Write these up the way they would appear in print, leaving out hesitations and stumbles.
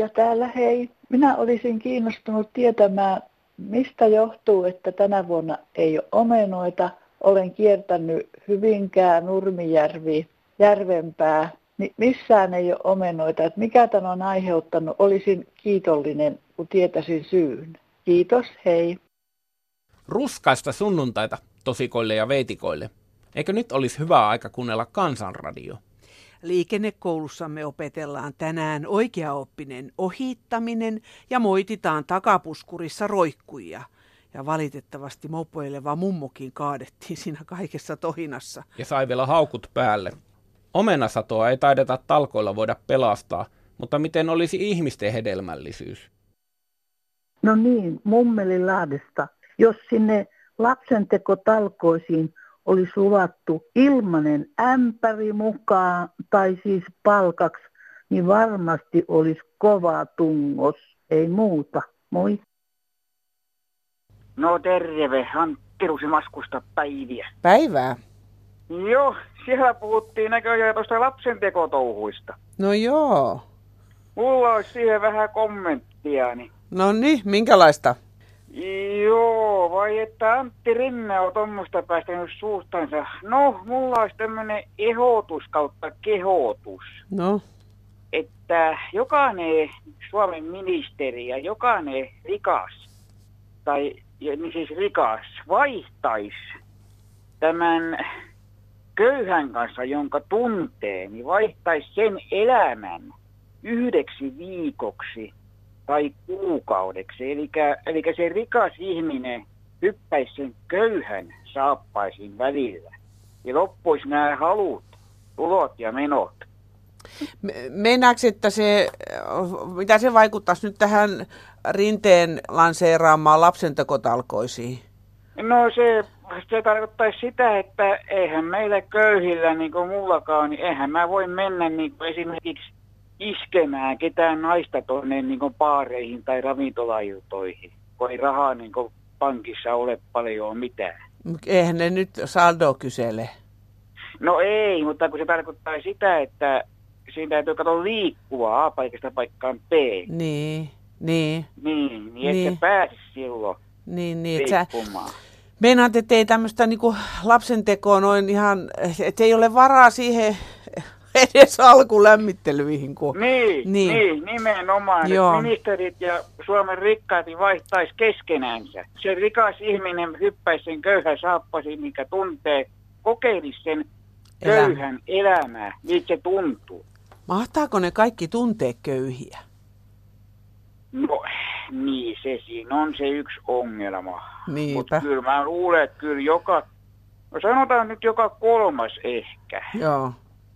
Tuija täällä, hei. Minä olisin kiinnostunut tietämään, mistä johtuu, että tänä vuonna ei ole omenoita. Olen kiertänyt Hyvinkää, Nurmijärvi, Järvenpää. Missään ei ole omenoita. Että mikä tämän on aiheuttanut? Olisin kiitollinen, kun tietäisin syyn. Kiitos, hei. Ruskaista sunnuntaita tosikoille ja veitikoille. Eikö nyt olisi hyvä aika kuunnella Kansanradio? Liikennekoulussamme opetellaan tänään oikeaoppinen ohittaminen ja moititaan takapuskurissa roikkuja. Ja valitettavasti mopoileva mummokin kaadettiin siinä kaikessa tohinassa. Ja sai vielä haukut päälle. Omenasatoa ei taideta talkoilla voida pelastaa, mutta miten olisi ihmisten hedelmällisyys? No niin, Mummelilahdesta. Jos sinne lapsentekotalkoisiin olisi luvattu ilmanen ämpäri mukaan, tai siis palkaksi, niin varmasti olisi kova tungos. Ei muuta. Moi. No terve, Antti Rusimaskusta päiviä. Päivää. Joo, siellä puhuttiin näköjään tuosta lapsentekotouhuista. No joo. Mulla olisi siihen vähän kommenttiani. No niin, minkälaista? Joo, vai että Antti Rinne on tuommoista päästänyt suustansa. No, mulla olisi tämmöinen ehdotus kautta kehotus. No. Että jokainen Suomen ministeri ja jokainen rikas, vaihtaisi tämän köyhän kanssa, jonka tuntee, niin vaihtaisi sen elämän 1 viikoksi tai kuukaudeksi. Eli se rikas ihminen hyppäisi sen köyhän saappaisin välillä. Ja loppuisi nämä halut, tulot ja menot. Meinaatko, että mitä se vaikuttaisi nyt tähän Rinteen lanseeraamaan lapsentekotalkoisiin? No se tarkoittaisi sitä, että eihän meillä köyhillä niin kuin mullakaan, niin eihän mä voi mennä niin kuin esimerkiksi iskemään ketään naista tuonne niin kuin baareihin tai ravintolailtoihin, kun ei rahaa niin kuin pankissa ole paljon mitään. Eihän ne nyt saldoa kysele. No ei, mutta kun se tarkoittaa sitä, että siinä täytyy katsoa liikkua A-paikasta paikkaan B. Niin, että pääsisi silloin liikkumaan. Meinaat, että ei tämmöistä niinku lapsentekoa noin ihan, että ei ole varaa siihen edes alkulämmittelyihin. Niin, nimenomaan. Ministerit ja Suomen rikkaat vaihtaisi keskenänsä. Se rikas ihminen hyppäisi sen köyhän saappasiin, mikä tuntee, kokeilisi sen köyhän elämää, miltä se tuntuu. Mahtaako ne kaikki tuntee köyhiä? No, niin se siinä on se yksi ongelma. Mutta kyllä mä luulen, että kyllä sanotaan nyt joka 3 ehkä. Joo.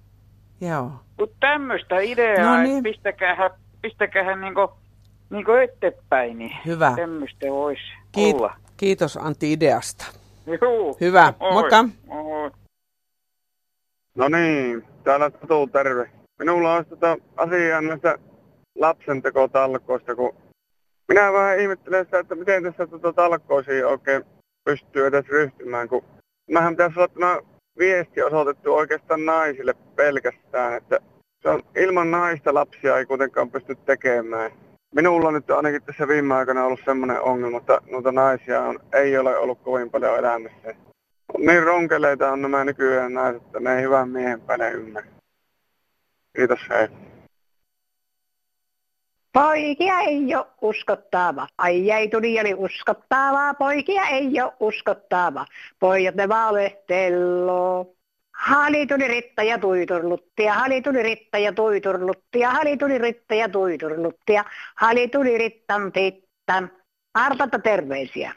Mutta tämmöistä ideaa, no niin. Että pistäkähän niinku eteenpäin, niin hyvä. Tämmöistä voisi olla. Kiitos Antti ideasta. Joo. Hyvä, moikka. Moi. No niin, täällä Tatu, terve. Minulla on asiaa näistä lapsentekotalkoista, kun minä vähän ihmettelen sitä, että miten tässä talkoisiin oikein pystyy edes ryhtymään, kun mähän pitäisi olla tämä viesti osoitettu oikeastaan naisille pelkästään, että se on ilman naista lapsia ei kuitenkaan pysty tekemään. Minulla nyt ainakin tässä viime aikoina ollut semmoinen ongelma, että noita naisia ei ole ollut kovin paljon elämässä. Niin ronkeleita on nämä nykyään naiset, että ne ei hyvän miehen päälle ymmärrä. Kiitos, hei. Poikia ei ole uskottava. Ai tuli uskottavaa. Poikia ei ole uskottava. Pojat ne valehteloo. Hali tuli Ritta ja tuiturlutti ja hali tuli Ritta ja tuiturlutti ja hali tuli Ritta ja tuiturlutti ja hali tuli Rittan tittan. Artata terveisiä.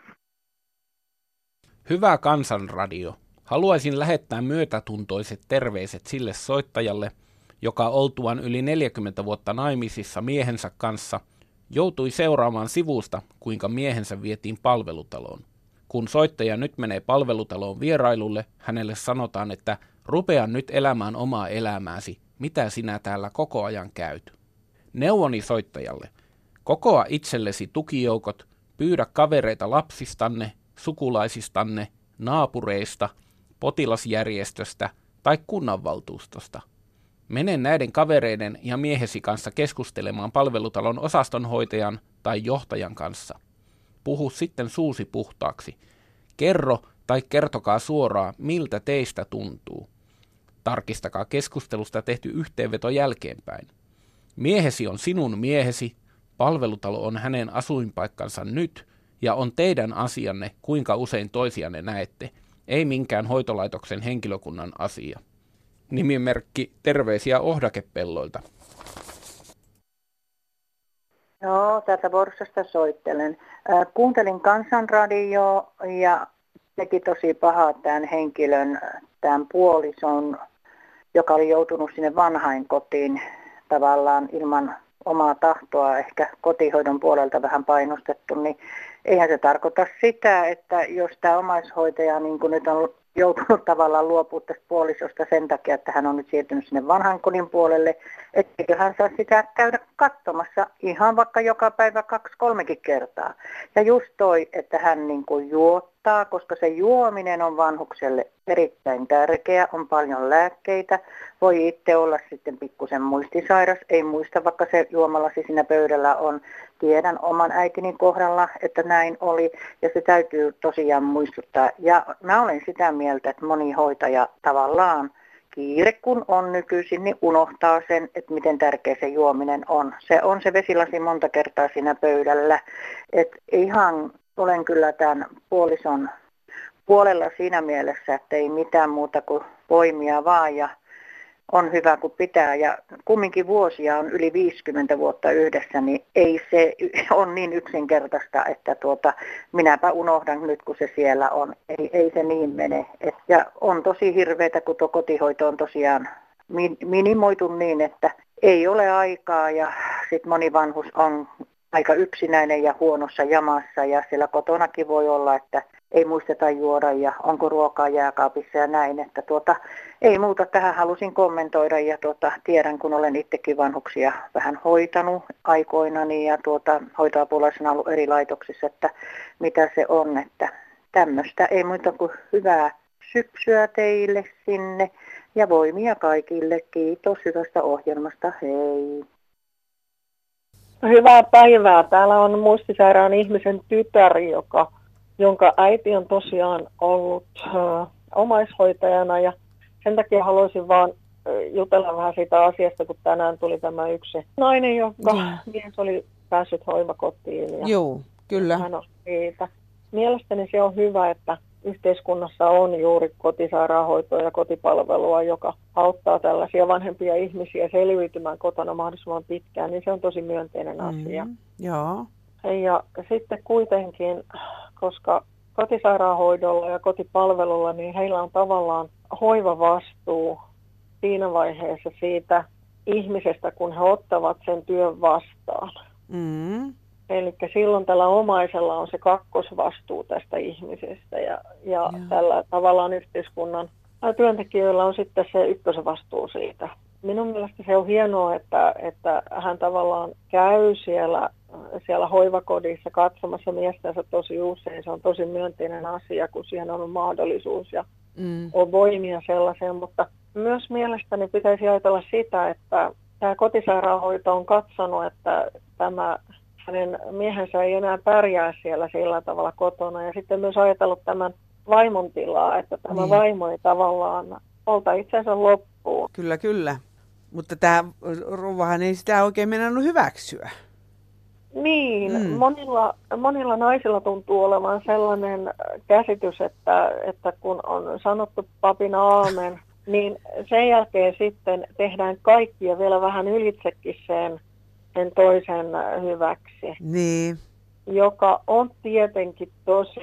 Hyvä Kansanradio. Haluaisin lähettää myötätuntoiset terveiset sille soittajalle, joka oltuaan yli 40 vuotta naimisissa miehensä kanssa joutui seuraamaan sivusta, kuinka miehensä vietiin palvelutaloon. Kun soittaja nyt menee palvelutaloon vierailulle, hänelle sanotaan, että rupea nyt elämään omaa elämääsi, mitä sinä täällä koko ajan käyt. Neuvoni soittajalle, kokoa itsellesi tukijoukot, pyydä kavereita lapsistanne, sukulaisistanne, naapureista, potilasjärjestöstä tai kunnanvaltuustosta. Mene näiden kavereiden ja miehesi kanssa keskustelemaan palvelutalon osastonhoitajan tai johtajan kanssa. Puhu sitten suusi puhtaaksi. Kerro tai kertokaa suoraan, miltä teistä tuntuu. Tarkistakaa keskustelusta tehty yhteenveto jälkeenpäin. Miehesi on sinun miehesi, palvelutalo on hänen asuinpaikkansa nyt ja on teidän asianne, kuinka usein toisianne näette, ei minkään hoitolaitoksen henkilökunnan asia. Nimimerkki terveisiä Ohdakepelloilta. Joo, täältä Forssasta soittelen. Kuuntelin Kansanradioa ja teki tosi pahaa tämän henkilön, tämän puolison, joka oli joutunut sinne vanhainkotiin tavallaan ilman omaa tahtoa, ehkä kotihoidon puolelta vähän painostettu, niin eihän se tarkoita sitä, että jos tämä omaishoitaja niin kuin nyt on joutunut tavallaan luopua tästä puolisosta sen takia, että hän on nyt siirtynyt sinne vanhainkodin puolelle, etteikö hän saa sitä käydä katsomassa ihan vaikka joka päivä 2-3 kertaa. Ja just toi, että hän niin kuin juottaa, koska se juominen on vanhukselle erittäin tärkeä, on paljon lääkkeitä, voi itse olla sitten pikkusen muistisairas, ei muista vaikka se juomalasi siinä pöydällä on. Tiedän oman äitini kohdalla, että näin oli ja se täytyy tosiaan muistuttaa. Ja mä olen sitä mieltä, että moni hoitaja tavallaan kiire kun on nykyisin, niin unohtaa sen, että miten tärkeä se juominen on. Se on se vesilasi monta kertaa siinä pöydällä. Että ihan olen kyllä tämän puolison puolella siinä mielessä, että ei mitään muuta kuin voimia vaan ja on hyvä kun pitää. Ja kumminkin vuosia on yli 50 vuotta yhdessä, niin ei se ole niin yksinkertaista, että minäpä unohdan nyt kun se siellä on. Ei se niin mene. Ja on tosi hirveätä, kun tuo kotihoito on tosiaan minimoitu niin, että ei ole aikaa ja sitten moni vanhus on aika yksinäinen ja huonossa jamassa ja siellä kotonakin voi olla, että ei muisteta juoda ja onko ruokaa jääkaapissa ja näin, että ei muuta tähän halusin kommentoida ja tiedän kun olen itsekin vanhuksia vähän hoitanut aikoinani ja hoitoapulaisena ollut eri laitoksissa, että mitä se on, että tämmöistä ei muuta kuin hyvää syksyä teille sinne ja voimia kaikille. Kiitos hyvästä ohjelmasta, hei. Hyvää päivää. Täällä on muistisairaan ihmisen tytär, jonka äiti on tosiaan ollut omaishoitajana ja sen takia haluaisin vaan jutella vähän siitä asiasta, kun tänään tuli tämä yksi nainen, joka mies oli päässyt hoivakotiin. Ja joo, kyllä. Hän on siitä. Mielestäni se on hyvä, että yhteiskunnassa on juuri kotisairaanhoitoa ja kotipalvelua, joka auttaa tällaisia vanhempia ihmisiä selviytymään kotona mahdollisimman pitkään, niin se on tosi myönteinen asia. Joo. Ja sitten kuitenkin, koska kotisairaanhoidolla ja kotipalvelulla, niin heillä on tavallaan hoivavastuu siinä vaiheessa siitä ihmisestä, kun he ottavat sen työn vastaan. Eli silloin tällä omaisella on se kakkosvastuu tästä ihmisestä ja tällä tavallaan yhteiskunnan työntekijöillä on sitten se ykkösvastuu siitä. Minun mielestä se on hienoa, että hän tavallaan käy siellä hoivakodissa katsomassa miestänsä tosi usein. Se on tosi myönteinen asia, kun siihen on mahdollisuus ja on voimia sellaiseen. Mutta myös mielestäni pitäisi ajatella sitä, että tämä kotisairaanhoito on katsonut, että tämä hänen miehensä ei enää pärjää siellä sillä tavalla kotona. Ja sitten myös ajatellut tämän vaimon tilaa, että tämä vaimo ei tavallaan polta itsensä loppuun. Kyllä, kyllä. Mutta tämä rouvahan ei sitä oikein meinannut hyväksyä. Niin, monilla naisilla tuntuu olevan sellainen käsitys, että kun on sanottu papin aamen, niin sen jälkeen sitten tehdään kaikki ja vielä vähän ylitsekin sen toisen hyväksi. Niin. Joka on tietenkin tosi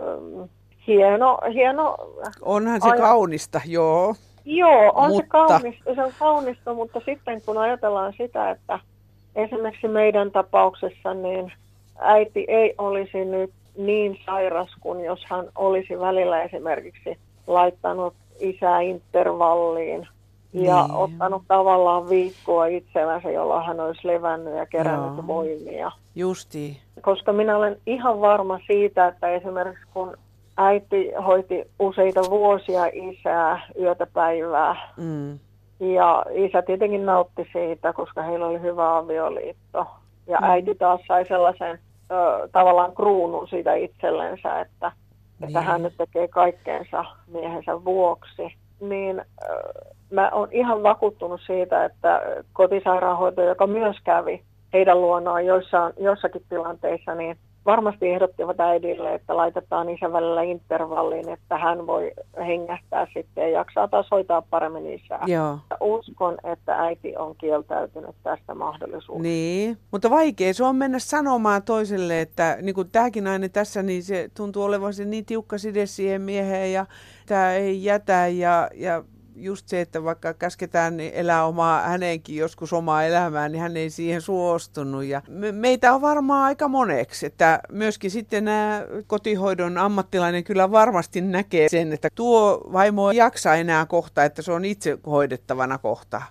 hieno. Onhan se kaunista, joo. Joo, se on kaunista, mutta sitten kun ajatellaan sitä, että esimerkiksi meidän tapauksessa niin äiti ei olisi nyt niin sairas kuin jos hän olisi välillä esimerkiksi laittanut isää intervalliin ja ottanut tavallaan viikkoa itsellänsä, jolla hän olisi levännyt ja kerännyt voimia. Justiin. Koska minä olen ihan varma siitä, että esimerkiksi kun äiti hoiti useita vuosia isää yötä päivää, Ja isä tietenkin nautti siitä, koska heillä oli hyvä avioliitto. Ja äiti taas sai sellaisen tavallaan kruunun siitä itsellensä, että hän nyt tekee kaikkeensa miehensä vuoksi. Niin mä oon ihan vakuuttunut siitä, että kotisairaanhoito, joka myös kävi heidän luonaan joissakin tilanteissa, niin varmasti ehdottivat äidille, että laitetaan isän välillä intervalliin, että hän voi hengähtää sitten ja jaksaa taas hoitaa paremmin isää. Joo. Uskon, että äiti on kieltäytynyt tästä mahdollisuudesta. Niin, mutta vaikea se on mennä sanomaan toiselle, että niin kuin tämäkin nainen tässä, niin se tuntuu olevan se niin tiukka side siihen mieheen ja tämä ei jätä ja just se, että vaikka käsketään niin elää hänenkin joskus omaa elämää, niin hän ei siihen suostunut. Ja meitä on varmaan aika moneksi, että myöskin sitten nämä kotihoidon ammattilainen kyllä varmasti näkee sen, että tuo vaimo ei jaksa enää kohta, että se on itse hoidettavana kohta.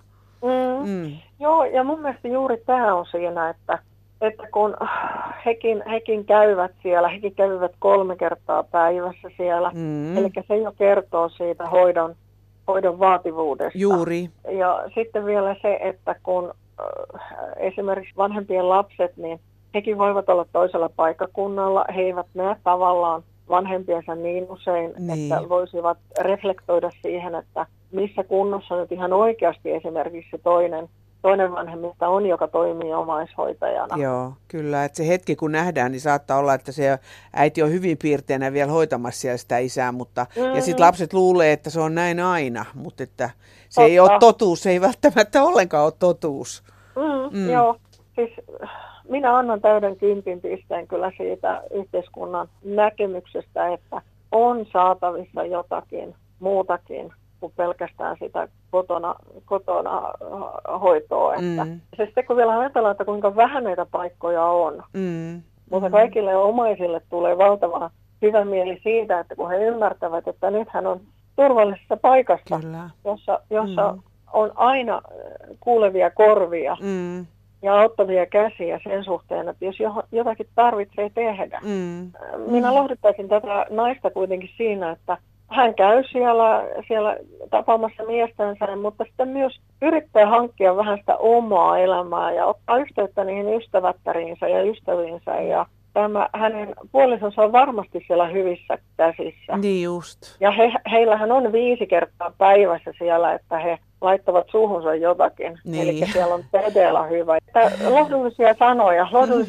Joo, ja mun mielestä juuri tämä on siinä, että kun hekin käyvät siellä, hekin käyvät 3 kertaa päivässä siellä, eli se jo kertoo siitä hoidon vaativuudesta. Juuri. Ja sitten vielä se, että kun esimerkiksi vanhempien lapset, niin hekin voivat olla toisella paikkakunnalla. He eivät näe tavallaan vanhempiensa niin usein, että voisivat reflektoida siihen, että missä kunnossa nyt ihan oikeasti esimerkiksi se toinen vanhemmista on, joka toimii omaishoitajana. Joo, kyllä. Että se hetki kun nähdään, niin saattaa olla, että se äiti on hyvin piirteinä vielä hoitamassa siellä sitä isää, mutta ja sitten lapset luulee, että se on näin aina, mutta että se ei ole totuus, se ei välttämättä ollenkaan ole totuus. Joo, siis minä annan täyden 10 pisteen kyllä siitä yhteiskunnan näkemyksestä, että on saatavissa jotakin muutakin kuin pelkästään sitä kotona hoitoa. Että se sitten kun vielä ajatellaan, että kuinka vähän näitä paikkoja on, mutta kaikille omaisille tulee valtava hyvä mieli siitä, että kun he ymmärtävät, että nyt hän on turvallisessa paikassa, jossa on aina kuulevia korvia ja auttavia käsiä sen suhteen, että jos jotakin tarvitsee tehdä. Minä lohduttaisin tätä naista kuitenkin siinä, että hän käy siellä tapaamassa miestänsä, mutta sitten myös yrittää hankkia vähän sitä omaa elämää ja ottaa yhteyttä niihin ystävättäriinsä ja ystäviinsä. Ja tämä hänen puolisonsa on varmasti siellä hyvissä käsissä. Niin just. Ja heillähän on 5 kertaa päivässä siellä, että he laittavat suuhunsa jotakin. Niin. Eli siellä on todella hyvä. Lohdullisia sanoja,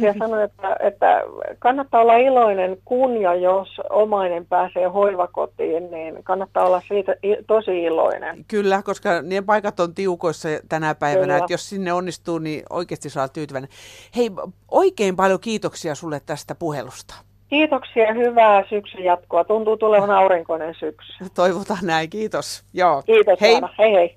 että kannattaa olla iloinen, kun ja jos omainen pääsee hoivakotiin, niin kannattaa olla siitä tosi iloinen. Kyllä, koska ne paikat on tiukoissa tänä päivänä, että jos sinne onnistuu, niin oikeasti saa tyytyväinen. Hei, oikein paljon kiitoksia sulle tästä puhelusta. Kiitoksia ja hyvää syksyn jatkoa. Tuntuu tulevan aurinkoinen syksy. Toivotaan näin, kiitos. Joo. Kiitos, hei. Anna. Hei hei.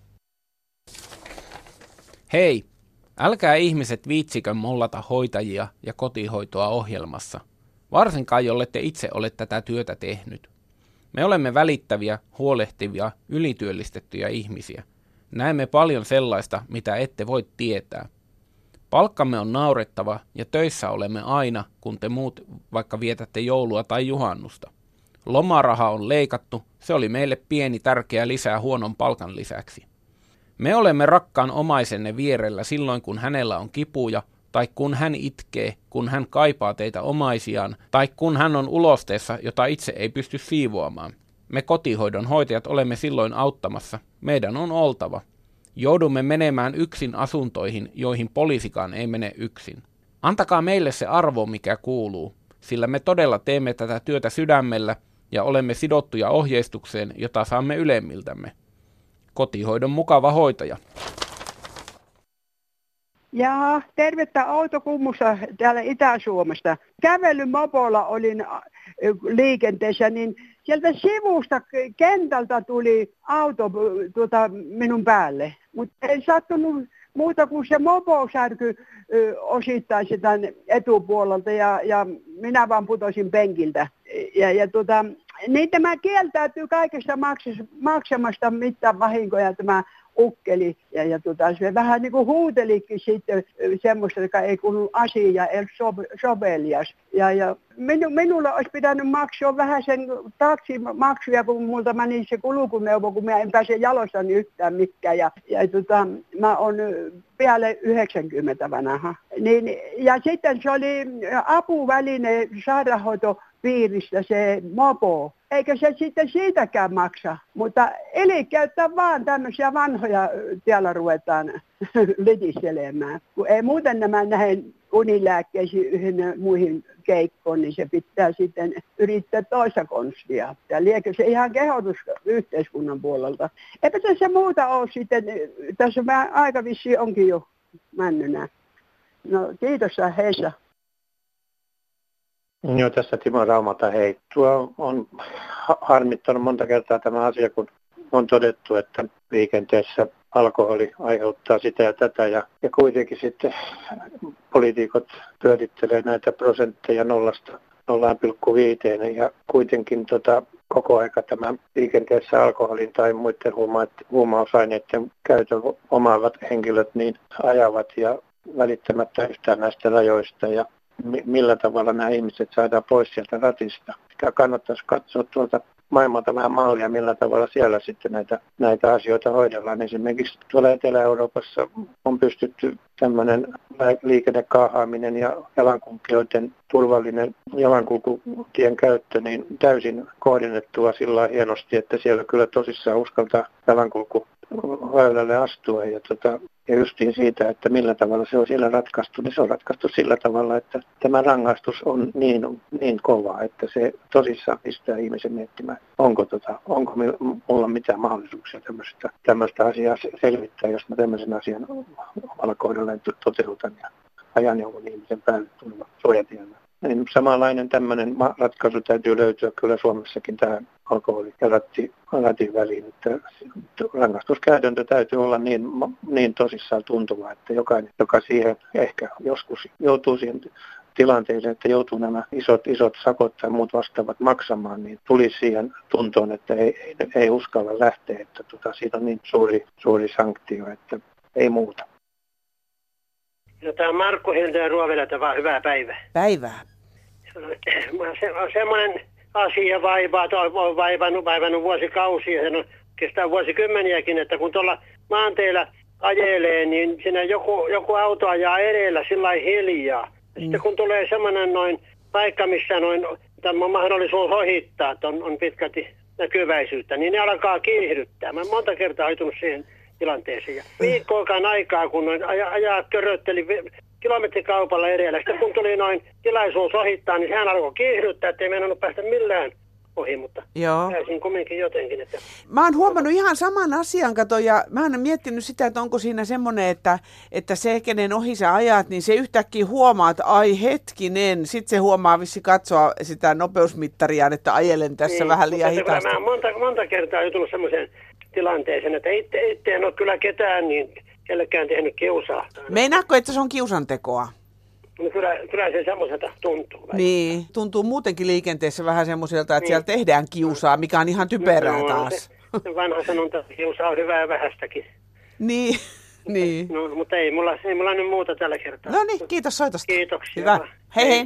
Hei, älkää ihmiset viitsikö mollata hoitajia ja kotihoitoa ohjelmassa, varsinkaan jollette itse ole tätä työtä tehnyt. Me olemme välittäviä, huolehtivia, ylityöllistettyjä ihmisiä. Näemme paljon sellaista, mitä ette voi tietää. Palkkamme on naurettava ja töissä olemme aina, kun te muut vaikka vietätte joulua tai juhannusta. Lomaraha on leikattu, se oli meille pieni tärkeä lisää huonon palkan lisäksi. Me olemme rakkaan omaisenne vierellä silloin, kun hänellä on kipuja, tai kun hän itkee, kun hän kaipaa teitä omaisiaan, tai kun hän on ulosteessa, jota itse ei pysty siivoamaan. Me kotihoidon hoitajat olemme silloin auttamassa. Meidän on oltava. Joudumme menemään yksin asuntoihin, joihin poliisikaan ei mene yksin. Antakaa meille se arvo, mikä kuuluu, sillä me todella teemme tätä työtä sydämellä ja olemme sidottuja ohjeistukseen, jota saamme ylemmiltämme. Kotihoidon mukava hoitaja. Jaa, tervettä Outokummussa täällä Itä-Suomesta. Kävelymopolla olin liikenteessä, niin sieltä sivusta kentältä tuli auto minun päälle. Mutta ei sattunut muuta kuin se moposärky osittain sitä etupuolelta ja minä vaan putosin penkiltä. Niin tämä kieltäytyy kaikesta maksamasta mitään vahinkoja tämä ukkeli. Ja se vähän niin kuin huutelikin sitten semmoista, joka ei kuulu asiaan, ei sovelias. Ja minulla olisi pitänyt maksua vähän sen taksimaksuja, kun multa meni se kulkuneuvo, kun mä en pääse jalostani yhtään mikään. Ja mä oon päälle 90 vanha. Ja sitten se oli apuväline sairaanhoitopiiristä se mopo. Eikä se sitten siitäkään maksa, mutta eli käyttää vaan tämmöisiä vanhoja täällä ruvetaan litistelemään. Kun ei muuten nämä nähden unilääkkeisiin yhden muihin keikkoon, niin se pitää sitten yrittää toista konstia. Ja liekö se ihan kehotus yhteiskunnan puolelta. Eipä tässä muuta ole sitten, tässä aika vissiin onkin jo männynä. No kiitos Heisa. Joo, tässä Timo Raumalta. Hei, tuo on harmittanut monta kertaa tämä asia, kun on todettu, että liikenteessä alkoholi aiheuttaa sitä ja tätä. Ja kuitenkin sitten poliitikot pyörittelee näitä prosentteja 0,5 ja kuitenkin koko aika tämä liikenteessä alkoholin tai muiden huumausaineiden käytön omaavat henkilöt niin ajavat ja välittämättä yhtään näistä rajoista ja millä tavalla nämä ihmiset saadaan pois sieltä ratista. Sitä kannattaisi katsoa tuolta maailmalta vähän mallia, millä tavalla siellä sitten näitä asioita hoidellaan. Esimerkiksi tuolla Etelä-Euroopassa on pystytty tämmöinen liikennekaahaaminen ja jalankulkijoiden turvallinen jalankulkutien käyttö niin täysin kohdennettua sillä hienosti, että siellä kyllä tosissaan uskaltaa jalankulkuväylälle astua. Ja justiin siitä, että millä tavalla se on siellä ratkaistu, niin se on ratkaistu sillä tavalla, että tämä rangaistus on niin kova, että se tosissaan pistää ihmisen miettimään, onko mulla mitään mahdollisuuksia tämmöistä asiaa selvittää, jos mä tämmöisen asian omalla kohdallaan toteutan ja ajan jonkun ihmisen päälle tulla suojatiellä. Niin samanlainen tämmöinen ratkaisu täytyy löytyä kyllä Suomessakin tähän alkoholi- ja ratin väliin. Että rangaistuskäytäntö täytyy olla niin tosissaan tuntuva, että jokainen, joka siihen ehkä joskus joutuu siihen tilanteeseen, että joutuu nämä isot sakot tai muut vastaavat maksamaan, niin tulisi siihen tuntoon, että ei uskalla lähteä, että siitä on niin suuri sanktio, että ei muuta. No, tämä on Markku Hilda ja Ruovedelta, vaan hyvää päivää. Päivää. Se on semmoinen asia on vaivannut vuosikausia, se kestää vuosikymmeniäkin, että kun tuolla maanteillä ajelee, niin siinä joku auto ajaa edellä sillä lailla hiljaa. Ja sitten kun tulee semmoinen paikka, missä tämä on mahdollisuus ohittaa, että on pitkälti näkyväisyyttä, niin ne alkaa kiihdyttää. Mä olen monta kertaa haitunut siihen tilanteeseen. Ja viikkoakaan aikaa, kun ajaa körötteli kilometrikaupalla edellä. Sitten kun tuli tilaisuus ohittaa, niin sehän alkoi kiihdyttää, ettei meinannut päästä millään ohi, mutta pääsin kumminkin jotenkin. Että... Mä oon huomannut ihan saman asian, ja mä oon miettinyt sitä, että onko siinä semmoinen, että se, kenen ohi sä ajat, niin se yhtäkkiä huomaa, että ai hetkinen, sit se huomaa vissi katsoa sitä nopeusmittaria, että ajelen tässä vähän liian hitaasti. Mä oon monta kertaa joutunut semmoiseen tilanteeseen, että itse en ole kyllä ketään niin kellekään tehnyt kiusaa. Meinaatko, että se on kiusantekoa? No kyllä se semmoiselta tuntuu. Niin, tuntuu muutenkin liikenteessä vähän semmoiselta, että siellä tehdään kiusaa, mikä on ihan typerää taas. Se vanha sanonta, että kiusaa on hyvää vähästäkin. Niin. No, mutta ei mulla nyt muuta tällä kertaa. No niin, kiitos soitosta. Kiitoksia. Hyvä. Hei.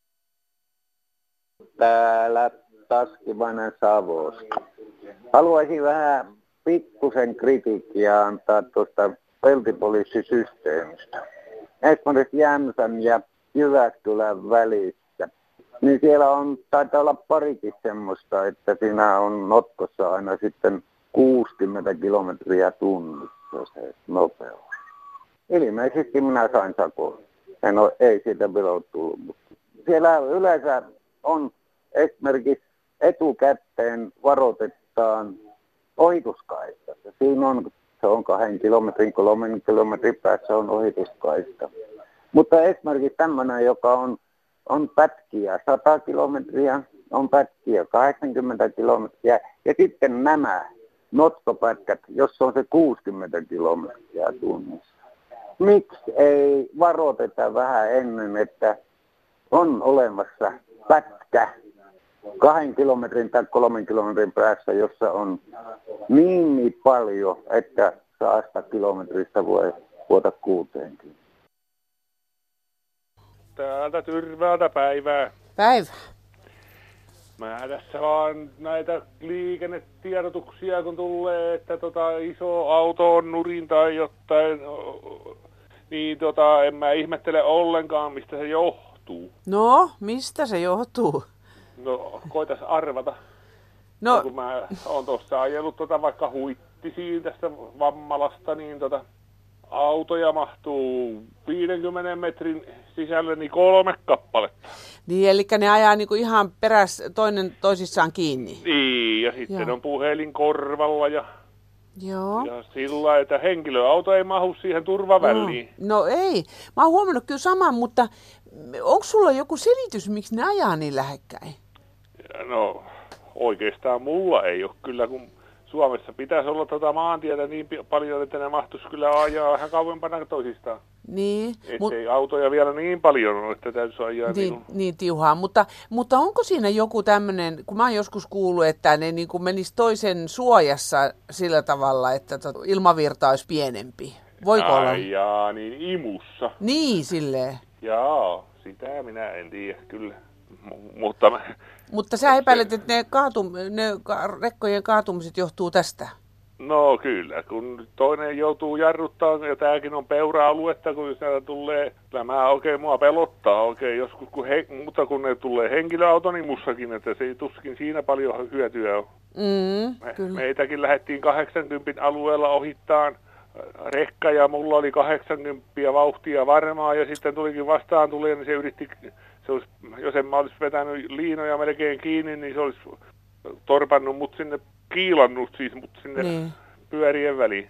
Täällä Taskivainen Savosta. Haluaisin vähän pikkusen kritiikkiä antaa tuosta peltipoliisisysteemistä. Esimerkiksi Jämsän ja Jyväskylän välissä. Niin siellä taitaa olla parikin semmoista, että siinä on notkossa aina sitten 60 kilometriä tunnissa se nopeus. Ilmeisesti minä sain sakon. Ei siitä vielä ole tullut. Siellä yleensä on esimerkiksi etukäteen varoitetaan ohituskaista. Siinä se on 2 kilometrin, 3 kilometrin päässä on ohituskaista. Mutta esimerkiksi tämmöinen, joka on pätkiä 100 kilometriä, on pätkiä 80 kilometriä ja sitten nämä notkopätkät, jossa on se 60 kilometriä tunnissa. Miksi ei varoiteta vähän ennen, että on olemassa pätkä 2 kilometrin tai 3 kilometrin päässä, jossa on niin paljon, että 100 kilometristä voi vuota 60. Täältä Tyrväältä päivää. Päivää. Mä tässä vaan näitä liikennetiedotuksia kun tulee, että iso auto on nurin tai jotain, niin en mä ihmettele ollenkaan, mistä se johtuu. No, mistä se johtuu? No, koitas arvata. No, kun mä oon tuossa ajellut vaikka Huittisiin tästä Vammalasta, niin autoja mahtuu 50 metrin sisälle niin 3 kappaletta. Niin, eli ne ajaa niinku ihan toinen toisissaan kiinni. Niin, ja sitten on puhelin korvalla ja sillä, että henkilöauto ei mahu siihen turvaväliin. No ei. Mä oon huomannut kyllä saman, mutta onko sulla joku selitys, miksi ne ajaa niin lähekkäin? No, oikeastaan mulla ei ole kyllä, kun Suomessa pitäisi olla maantietä niin paljon, että ne mahtuisi kyllä ajaa vähän kauempana toisistaan. Niin. Ettei autoja vielä niin paljon ole, että täytyisi ajaa niin tiuhaa. Mutta onko siinä joku tämmöinen, kun mä oon joskus kuullut, että ne niin kuin menisi toisen suojassa sillä tavalla, että ilmavirta olisi pienempi. Voiko olla? Jaa, niin imussa. Niin, silleen. Jaa, sitä minä en tiedä kyllä. Mutta sä epäilet, että ne rekkojen kaatumiset johtuu tästä? No kyllä, kun toinen joutuu jarruttamaan, ja tämäkin on peura-aluetta, kun sieltä tulee, mua pelottaa oikein joskus, mutta kun ne tulee henkilöauto, niin mussakin, että se ei tuskin siinä paljon hyötyä on. Meitäkin lähdettiin 80 alueella ohittaan rekka, ja mulla oli 80 vauhtia varmaa, ja sitten tulikin vastaan niin se yritti, jos en mä olisi vetänyt liinoja melkein kiinni, niin se olisi torpannut mut sinne, kiilannut siis mut sinne pyörien väliin.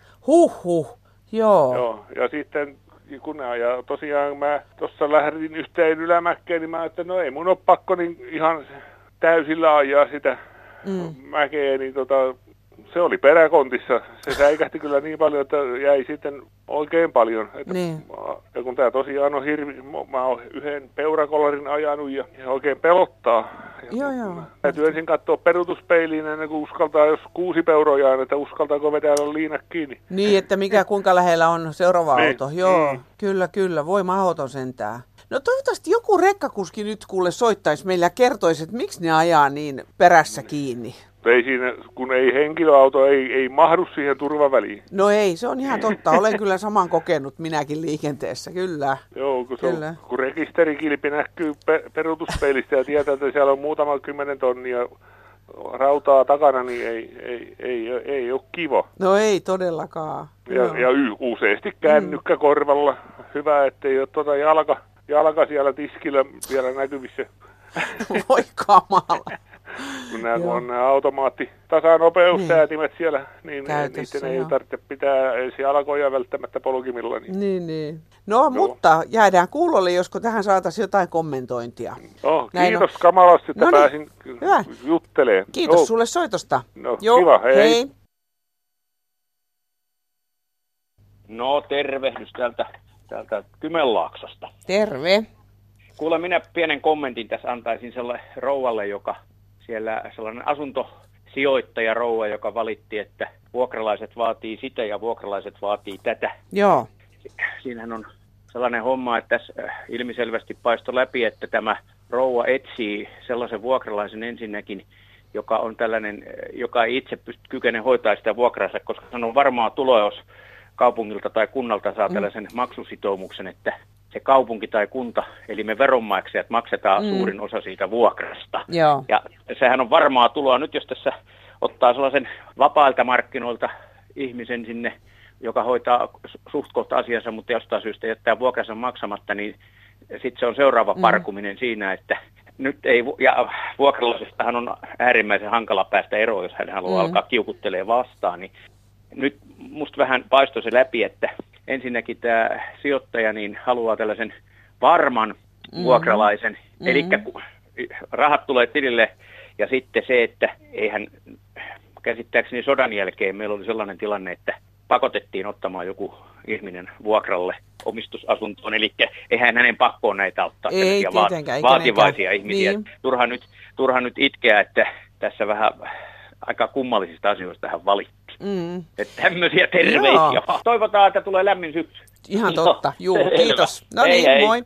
Joo, ja sitten ja tosiaan mä tuossa lähdin yhteen ylämäkkeen, niin mä ajattelin, että no ei mun ole pakko niin ihan täysillä ajaa sitä mäkeä, niin se oli peräkontissa. Se säikähti kyllä niin paljon, että jäi sitten oikein paljon. Ja kun tää tosiaan on mä oon yhden peurakolarin ajanut ja oikein pelottaa. Täytyy ensin katsoa peruutuspeiliin ennen kuin uskaltaa, jos 6 peuroja on, että uskaltaako vetää liinat kiinni. Niin, että kuinka lähellä on seuraava auto. Joo, kyllä, voi mahdoton sentään. No toivottavasti joku rekkakuski nyt kuule soittaisi meille ja kertoisi, että miksi ne ajaa niin perässä kiinni. Ei siinä, kun ei henkilöauto ei mahdu siihen turvaväliin. No ei, se on ihan totta. Olen kyllä saman kokenut minäkin liikenteessä, kyllä. Joo, kun rekisterikilpi näkyy peruutuspeilistä ja tietää, että siellä on muutama 10 tonnia rautaa takana, niin ei ole kiva. No ei todellakaan. Ja useasti kännykkä korvalla. Hyvä, ettei ole jalka siellä tiskillä vielä näkyvissä. Voi kamala. Kun on nämä automaattitasanopeusäätimet siellä, niin niiden ei tarvitse pitää edes jalkoja välttämättä polkimilla. Niin. No, mutta jäädään kuulolle, josko tähän saataisiin jotain kommentointia. Kiitos kamalasti, että pääsin juttelemaan. Kiitos sulle soitosta. No, kiva, hei. No, tervehdys täältä Kymenlaaksosta. Terve. Kuule, minä pienen kommentin tässä antaisin sellainen rouvalle, joka siellä sellainen asuntosijoittaja rouva, joka valitti, että vuokralaiset vaatii sitä ja vuokralaiset vaatii tätä. Joo. Siinähän on sellainen homma, että tässä ilmiselvästi paistoi läpi, että tämä rouva etsii sellaisen vuokralaisen ensinnäkin, joka on tällainen, joka ei itse kykene hoitaa sitä vuokraansa, koska hän on varmaa tuloa, jos kaupungilta tai kunnalta saa tällaisen maksusitoumuksen, että se kaupunki tai kunta, eli me veronmaksajat maksetaan suurin osa siitä vuokrasta. Joo. Ja sehän on varmaa tuloa. Nyt jos tässä ottaa sellaisen vapailta markkinoilta ihmisen sinne, joka hoitaa suht kohta asiansa, mutta jostain syystä jättää vuokransa maksamatta, niin sitten se on seuraava parkuminen siinä, että nyt ei, ja vuokralaisestahan on äärimmäisen hankala päästä eroon, jos hän haluaa alkaa kiukuttelemaan vastaan, niin nyt musta vähän paistoi se läpi, että ensinnäkin tämä sijoittaja niin haluaa tällaisen varman vuokralaisen, eli rahat tulee tilille, ja sitten se, että eihän käsittääkseni sodan jälkeen meillä oli sellainen tilanne, että pakotettiin ottamaan joku ihminen vuokralle omistusasuntoon, eli eihän hänen pakkoon näitä ottaa vaativaisia ihmisiä. Niin. Turha nyt itkeä, että tässä vähän aika kummallisista asioista hän valitti. Että tämmöisiä terveisiä. Toivotaan, että tulee lämmin syksy. Ihan totta. Juu, kiitos. No niin, hei. moi.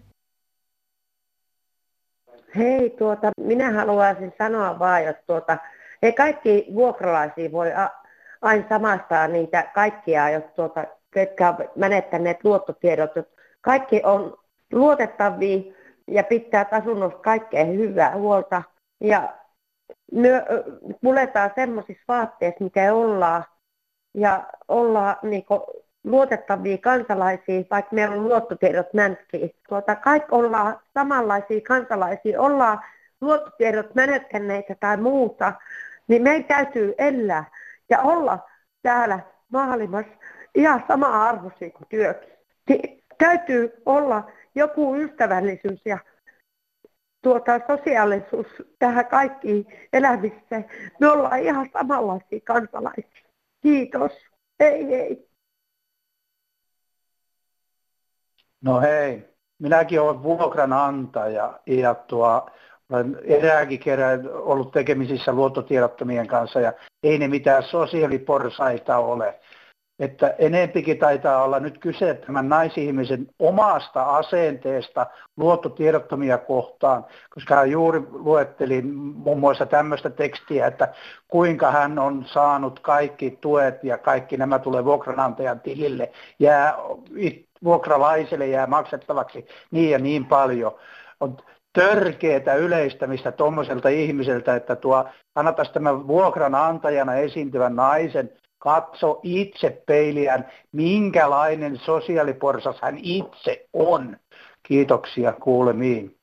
Hei, minä haluaisin sanoa vaan, että ei kaikki vuokralaisia voi aina samastaa niitä kaikkia, jos ketkä on menettäneet luottotiedot. Kaikki on luotettavia ja pitää asunnosta kaikkea hyvää huolta. Ja puletaan semmoisissa vaatteissa, mikä ollaan. Ja ollaan luotettavia kansalaisia, vaikka meillä on luottotiedot mänskii. Kaikki ollaan samanlaisia kansalaisia, ollaan luottotiedot menettäneitä tai muuta, niin meidän täytyy elää ja olla täällä maailmassa ihan sama-arvoisia kuin työkin. Täytyy olla joku ystävällisyys ja sosiaalisuus tähän kaikkiin elämiseen. Me ollaan ihan samanlaisia kansalaisia. Kiitos. Hei. No hei, minäkin olen vuokranantaja ja olen erääkin kerran ollut tekemisissä luottotiedottomien kanssa ja ei ne mitään sosiaaliporsaita ole. Että enempikin taitaa olla nyt kyse tämän naisihmisen omasta asenteesta luottotiedottomia kohtaan, koska hän juuri luetteli muun muassa tämmöistä tekstiä, että kuinka hän on saanut kaikki tuet ja kaikki nämä tulee vuokranantajan tilille, vuokralaiselle jää maksettavaksi niin ja niin paljon. On törkeätä yleistämistä tuommoiselta ihmiseltä, että kannattaisi tämän vuokranantajana esiintyvän naisen katso itse peiliään, minkälainen sosiaaliporsas hän itse on. Kiitoksia kuulemiin.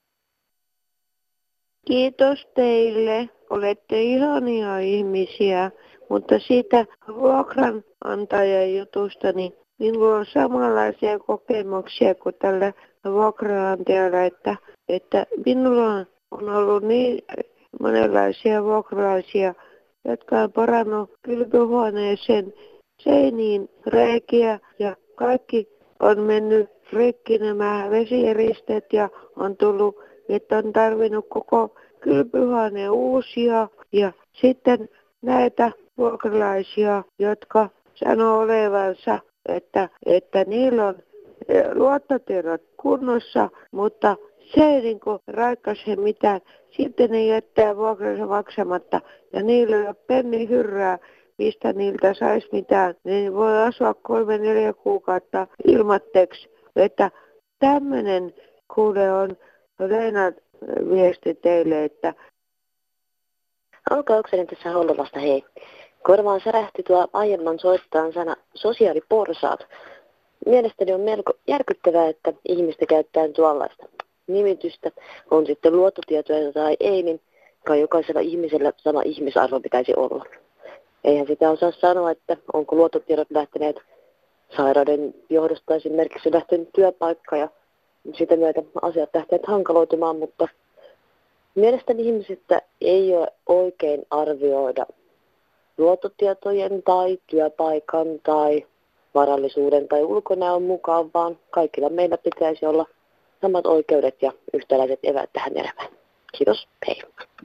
Kiitos teille. Olette ihania ihmisiä, mutta siitä vuokranantajan jutusta, niin minulla on samanlaisia kokemuksia kuin tällä vuokranantajalla, että minulla on ollut niin monenlaisia vuokralaisia, jotka on parannut kylpyhuoneeseen seiniin reikiä ja kaikki on mennyt rikki nämä vesieristeet ja on tullut, että on tarvinnut koko kylpyhuoneen uusia ja sitten näitä vuokralaisia, jotka sanoo olevansa, että niillä on luottotiedot kunnossa, mutta se ei ratkaise mitään. Sitten ne jättää vuokransa maksamatta ja niillä ei ole penni hyrrää, mistä niiltä saisi mitään. Ne voi asua 3-4 kuukautta ilmatteeksi. Että tämmöinen kuule on Leenan viesti teille, että Olkaa Oksanen tässä Hollolasta, hei. Korvaan särähti tuo aiemman soittajan sana sosiaaliporsaat. Mielestäni on melko järkyttävää, että ihmistä käyttää tuollaista nimitystä. On sitten luottotietoja tai ei, niin kai jokaisella ihmisellä sama ihmisarvo pitäisi olla. Eihän sitä osaa sanoa, että onko luottotiedot lähteneet sairauden johdosta esimerkiksi lähtenyt työpaikka ja sitä myötä asiat lähteneet hankaloitumaan, mutta mielestäni ihmisistä ei ole oikein arvioida luottotietojen tai työpaikan tai varallisuuden tai ulkonäön mukaan, vaan kaikilla meillä pitäisi olla samat oikeudet ja yhtäläiset eväät tähän elämään. Kiitos, hei.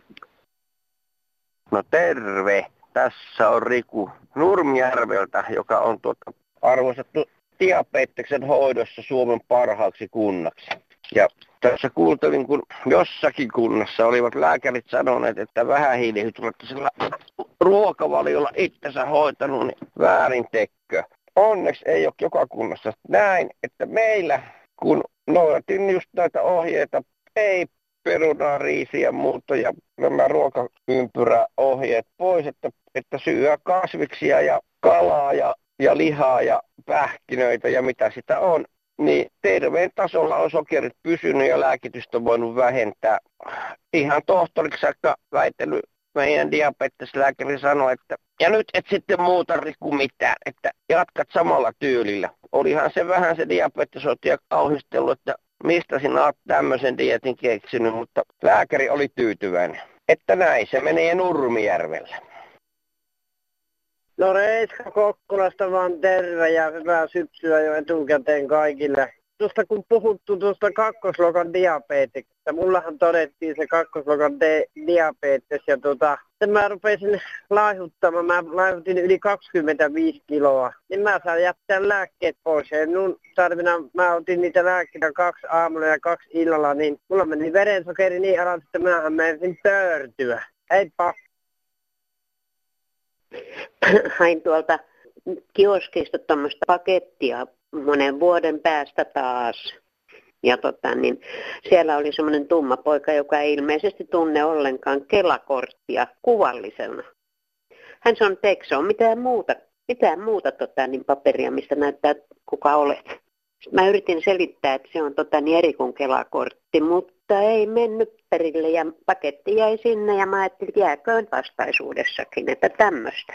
No terve, tässä on Riku Nurmijärveltä, joka on arvostettu diabeteksen hoidossa Suomen parhaaksi kunnaksi. Ja tässä kuultelin, kun jossakin kunnassa olivat lääkärit sanoneet, että vähähiilihydraattisella ruokavaliolla itsensä hoitanut, niin väärin tekkö. Onneksi ei ole joka kunnassa näin, että meillä, kun noudatin just näitä ohjeita, ei perunaa, riisiä ja muuta ja nämä ruokaympyräohjeet pois, että syö kasviksia ja kalaa ja lihaa ja pähkinöitä ja mitä sitä on, niin terveen tasolla on sokerit pysynyt ja lääkitystä voinut vähentää. Ihan tohtoriksi saakka väitellyt meidän diabeteslääkäri sanoi, että ja nyt et sitten muuta Riku mitään, että jatkat samalla tyylillä. Olihan se vähän se diabetesotia kauhistellut, että mistä sinä olet tämmöisen dietin keksinyt, mutta lääkäri oli tyytyväinen. Että näin se menee Nurmijärvellä. No Reiska Kokkolasta vaan terve ja hyvää syksyä jo etukäteen kaikille. tuosta kun puhuttu tuosta kakkosluokan diabeteksestä. Mullahan todettiin se kakkosluokan diabetes ja mä rupesin laihuttamaan. Mä laihutin yli 25 kiloa. Niin mä saan jättää lääkkeet pois. Ja mä otin niitä lääkkeitä 2 aamulla ja 2 illalla, niin mulla meni verensokeri niin alas, että minähän menisin pöörtyä. Heippa! Hain tuolta kioskista tuommoista pakettia monen vuoden päästä taas. Ja siellä oli semmoinen tumma poika, joka ei ilmeisesti tunne ollenkaan Kela-korttia kuvallisena. Hän sanoi, että eikö se ole mitään muuta paperia, mistä näyttää kuka olet. Sitten mä yritin selittää, että se on eri kuin Kela-kortti, mutta ei mennyt perille ja paketti jäi sinne ja mä ajattelin, että jääköön vastaisuudessakin, että tämmöistä.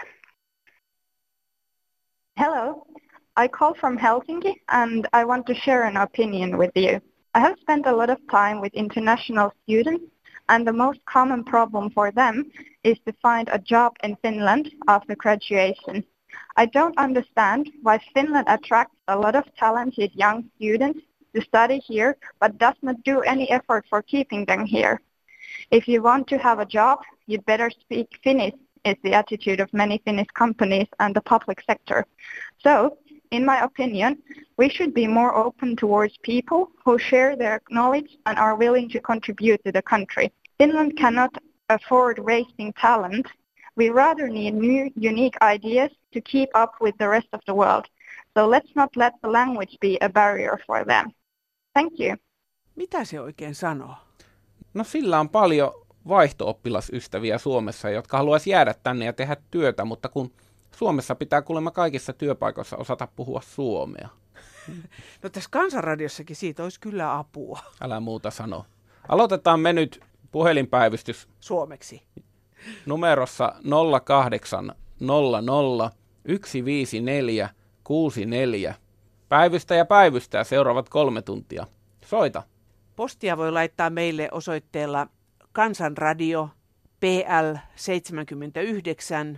Hello, I call from Helsinki and I want to share an opinion with you. I have spent a lot of time with international students and the most common problem for them is to find a job in Finland after graduation. I don't understand why Finland attracts a lot of talented young students to study here but does not do any effort for keeping them here. If you want to have a job, you'd better speak Finnish is the attitude of many Finnish companies and the public sector. So, in my opinion, we should be more open towards people who share their knowledge and are willing to contribute to the country. Finland cannot afford wasting talent. We rather need new, unique ideas to keep up with the rest of the world. So let's not let the language be a barrier for them. Thank you. Mitä se oikein sanoo? No sillä on paljon vaihto-oppilasystäviä Suomessa, jotka haluaisi jäädä tänne ja tehdä työtä, mutta kun Suomessa pitää kuulemma kaikissa työpaikoissa osata puhua suomea. No tässä Kansanradiossakin siitä olisi kyllä apua. Älä muuta sano. Aloitetaan me nyt puhelinpäivystys. Suomeksi. Numerossa 0800 154 64. Päivystää seuraavat 3 tuntia. Soita. Postia voi laittaa meille osoitteella Kansanradio PL 79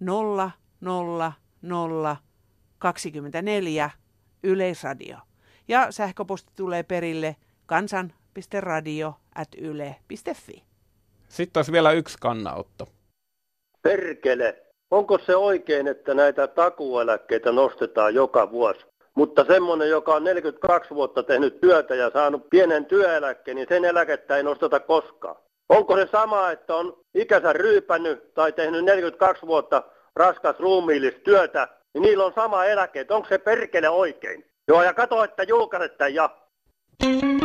00024 Yleisradio. Ja sähköposti tulee perille kansan.radio@yle.fi. Sitten olisi vielä yksi kannanotto. Perkele, onko se oikein, että näitä takuueläkkeitä nostetaan joka vuosi? Mutta semmoinen, joka on 42 vuotta tehnyt työtä ja saanut pienen työeläkkeen, niin sen eläkettä ei nosteta koskaan. Onko se sama, että on ikänsä ryypännyt tai tehnyt 42 vuotta raskas ruumiillista työtä, niin niillä on sama eläke. Onko se perkele oikein? Joo, ja kato, että julkaisette ja...